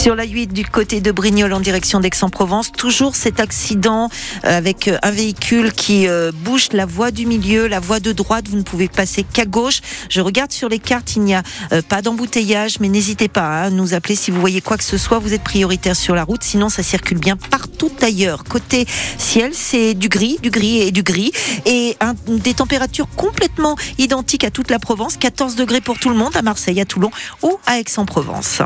Sur la 8 du côté de Brignoles en direction d'Aix-en-Provence, toujours cet accident avec un véhicule qui bouche la voie du milieu, la voie de droite, vous ne pouvez passer qu'à gauche. Je regarde sur les cartes, il n'y a pas d'embouteillage, mais n'hésitez pas à nous appeler si vous voyez quoi que ce soit, vous êtes prioritaire sur la route, sinon ça circule bien partout ailleurs. Côté ciel, c'est du gris et des températures complètement identiques à toute la Provence, 14 degrés pour tout le monde, à Marseille, à Toulon ou à Aix-en-Provence.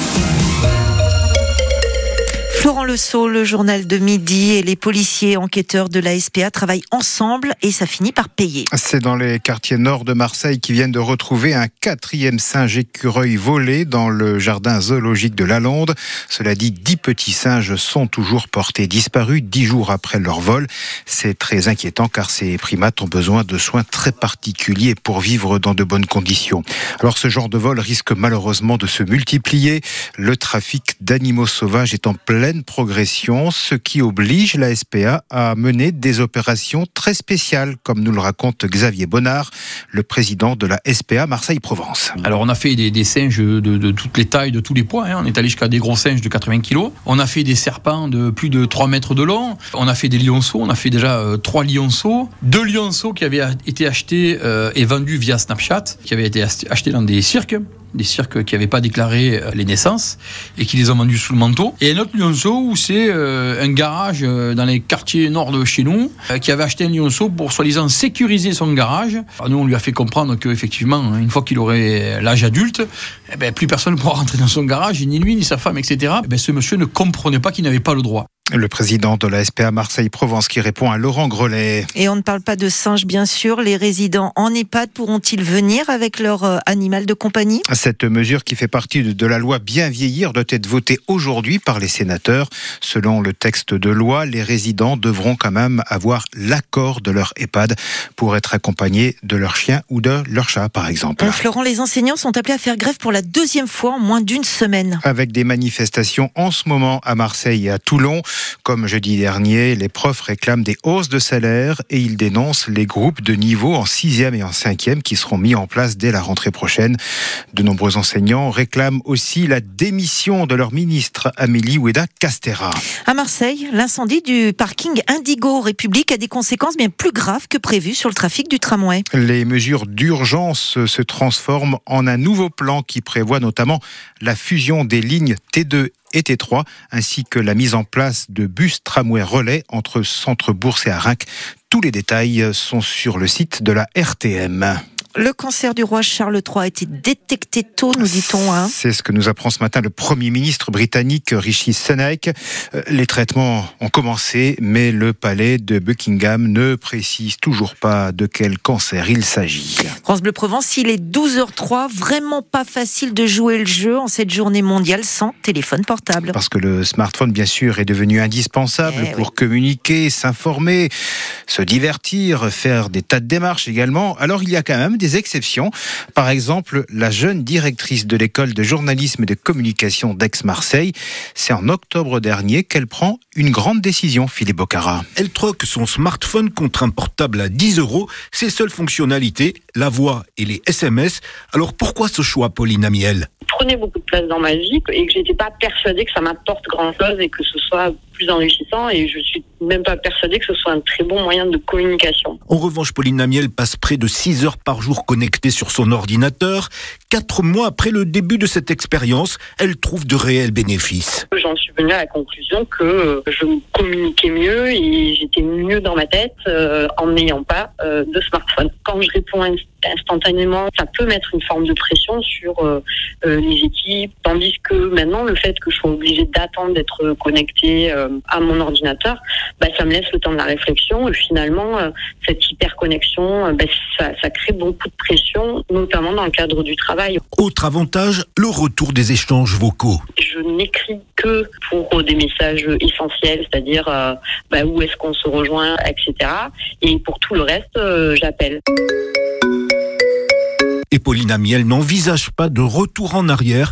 Florent Le Sceau, le journal de midi, et les policiers enquêteurs de la SPA travaillent ensemble et ça finit par payer. C'est dans les quartiers nord de Marseille qu'ils viennent de retrouver un 4e singe écureuil volé dans le jardin zoologique de Lalonde. Cela dit, 10 petits singes sont toujours portés disparus 10 jours après leur vol. C'est très inquiétant car ces primates ont besoin de soins très particuliers pour vivre dans de bonnes conditions. Alors ce genre de vol risque malheureusement de se multiplier. Le trafic d'animaux sauvages est en pleine progression, ce qui oblige la SPA à mener des opérations très spéciales, comme nous le raconte Xavier Bonnard, le président de la SPA Marseille-Provence. Alors on a fait des singes de toutes les tailles, de tous les poids, on est allé jusqu'à des gros singes de 80 kg, on a fait des serpents de plus de 3 mètres de long, on a fait des lionceaux, on a fait déjà 3 lionceaux, 2 lionceaux qui avaient été achetés et vendus via Snapchat, qui avaient été achetés dans des cirques qui n'avaient pas déclaré les naissances et qui les ont vendus sous le manteau. Et un autre lionceau où c'est un garage dans les quartiers nord de chez nous qui avait acheté un lionceau pour soi-disant sécuriser son garage. Alors nous, on lui a fait comprendre qu'effectivement, une fois qu'il aurait l'âge adulte, plus personne ne pourra rentrer dans son garage, ni lui, ni sa femme, etc. Ce monsieur ne comprenait pas qu'il n'avait pas le droit. Le président de la SPA Marseille-Provence qui répond à Laurent Grelet. Et on ne parle pas de singes, bien sûr. Les résidents en EHPAD pourront-ils venir avec leur animal de compagnie ? Cette mesure qui fait partie de la loi Bien vieillir doit être votée aujourd'hui par les sénateurs. Selon le texte de loi, les résidents devront quand même avoir l'accord de leur EHPAD pour être accompagnés de leur chien ou de leur chat, par exemple. Florent, les enseignants sont appelés à faire grève pour la 2e fois en moins d'une semaine. Avec des manifestations en ce moment à Marseille et à Toulon. Comme jeudi dernier, les profs réclament des hausses de salaire et ils dénoncent les groupes de niveau en 6e et en 5e qui seront mis en place dès la rentrée prochaine. De nombreux enseignants réclament aussi la démission de leur ministre Amélie Oueda-Castéra. À Marseille, l'incendie du parking Indigo République a des conséquences bien plus graves que prévues sur le trafic du tramway. Les mesures d'urgence se transforment en un nouveau plan qui prévoit notamment la fusion des lignes T2 et T3, ainsi que la mise en place de bus tramway relais entre Centre-Bourse et Arinques. Tous les détails sont sur le site de la RTM. Le cancer du roi Charles III a été détecté tôt, nous dit-on. C'est ce que nous apprend ce matin le Premier ministre britannique Rishi Sunak. Les traitements ont commencé, mais le palais de Buckingham ne précise toujours pas de quel cancer il s'agit. France Bleu Provence, il est 12h03, vraiment pas facile de jouer le jeu en cette journée mondiale sans téléphone portable. Parce que le smartphone, bien sûr, est devenu indispensable pour communiquer, s'informer, se divertir, faire des tas de démarches également. Alors il y a quand même des exceptions. Par exemple, la jeune directrice de l'école de journalisme et de communication d'Aix-Marseille, c'est en octobre dernier qu'elle prend une grande décision, Philippe Bocara. Elle troque son smartphone contre un portable à 10 €, ses seules fonctionnalités, la voix et les SMS. Alors pourquoi ce choix, Pauline Amiel ? Prenait beaucoup de place dans ma vie et que j'étais pas persuadée que ça m'apporte grand-chose et que ce soit plus enrichissant, et je suis même pas persuadée que ce soit un très bon moyen de communication. En revanche, Pauline Amiel passe près de 6 heures par jour connectée sur son ordinateur. 4 mois après le début de cette expérience, elle trouve de réels bénéfices. J'en suis venue à la conclusion que je communiquais mieux et j'étais mieux dans ma tête en n'ayant pas de smartphone. Quand je réponds instantanément, ça peut mettre une forme de pression sur les équipes, tandis que maintenant, le fait que je sois obligée d'attendre d'être connectée à mon ordinateur, ça me laisse le temps de la réflexion, et finalement, cette hyperconnexion, ça crée beaucoup de pression, notamment dans le cadre du travail. Autre avantage, le retour des échanges vocaux. Je n'écris que pour des messages essentiels, c'est-à-dire où est-ce qu'on se rejoint, etc. Et pour tout le reste, j'appelle. Et Pauline Amiel n'envisage pas de retour en arrière.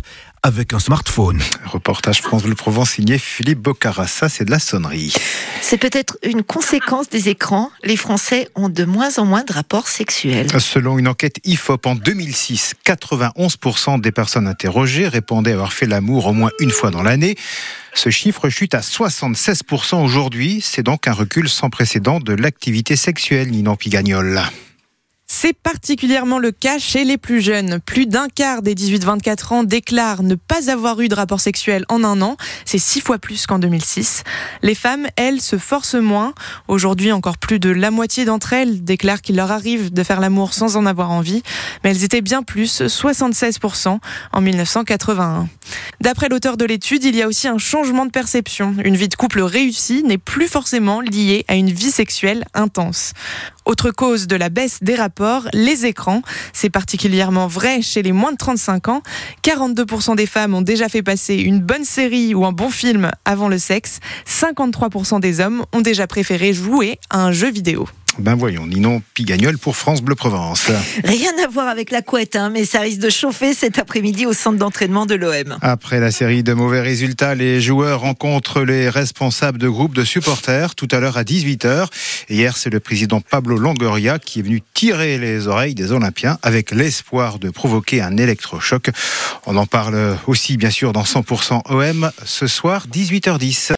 avec un smartphone. Reportage France Bleu Provence signé Philippe Bocara. Ça, c'est de la sonnerie. C'est peut-être une conséquence des écrans. Les Français ont de moins en moins de rapports sexuels. Selon une enquête IFOP en 2006, 91% des personnes interrogées répondaient avoir fait l'amour au moins une fois dans l'année. Ce chiffre chute à 76% aujourd'hui. C'est donc un recul sans précédent de l'activité sexuelle, Ninon Pigagnol. C'est particulièrement le cas chez les plus jeunes. Plus d'un quart des 18-24 ans déclarent ne pas avoir eu de rapport sexuel en un an. C'est 6 fois plus qu'en 2006. Les femmes, elles, se forcent moins. Aujourd'hui, encore plus de la moitié d'entre elles déclarent qu'il leur arrive de faire l'amour sans en avoir envie. Mais elles étaient bien plus, 76% en 1981. D'après l'auteur de l'étude, il y a aussi un changement de perception. Une vie de couple réussie n'est plus forcément liée à une vie sexuelle intense. Autre cause de la baisse des rapports, les écrans. C'est particulièrement vrai chez les moins de 35 ans. 42% des femmes ont déjà fait passer une bonne série ou un bon film avant le sexe. 53% des hommes ont déjà préféré jouer à un jeu vidéo. Ben voyons, Ninon Pigagnol pour France Bleu Provence. Rien à voir avec la couette, mais ça risque de chauffer cet après-midi au centre d'entraînement de l'OM. Après la série de mauvais résultats, les joueurs rencontrent les responsables de groupes de supporters tout à l'heure à 18h. Hier, c'est le président Pablo Longoria qui est venu tirer les oreilles des Olympiens avec l'espoir de provoquer un électrochoc. On en parle aussi bien sûr dans 100% OM ce soir, 18h10.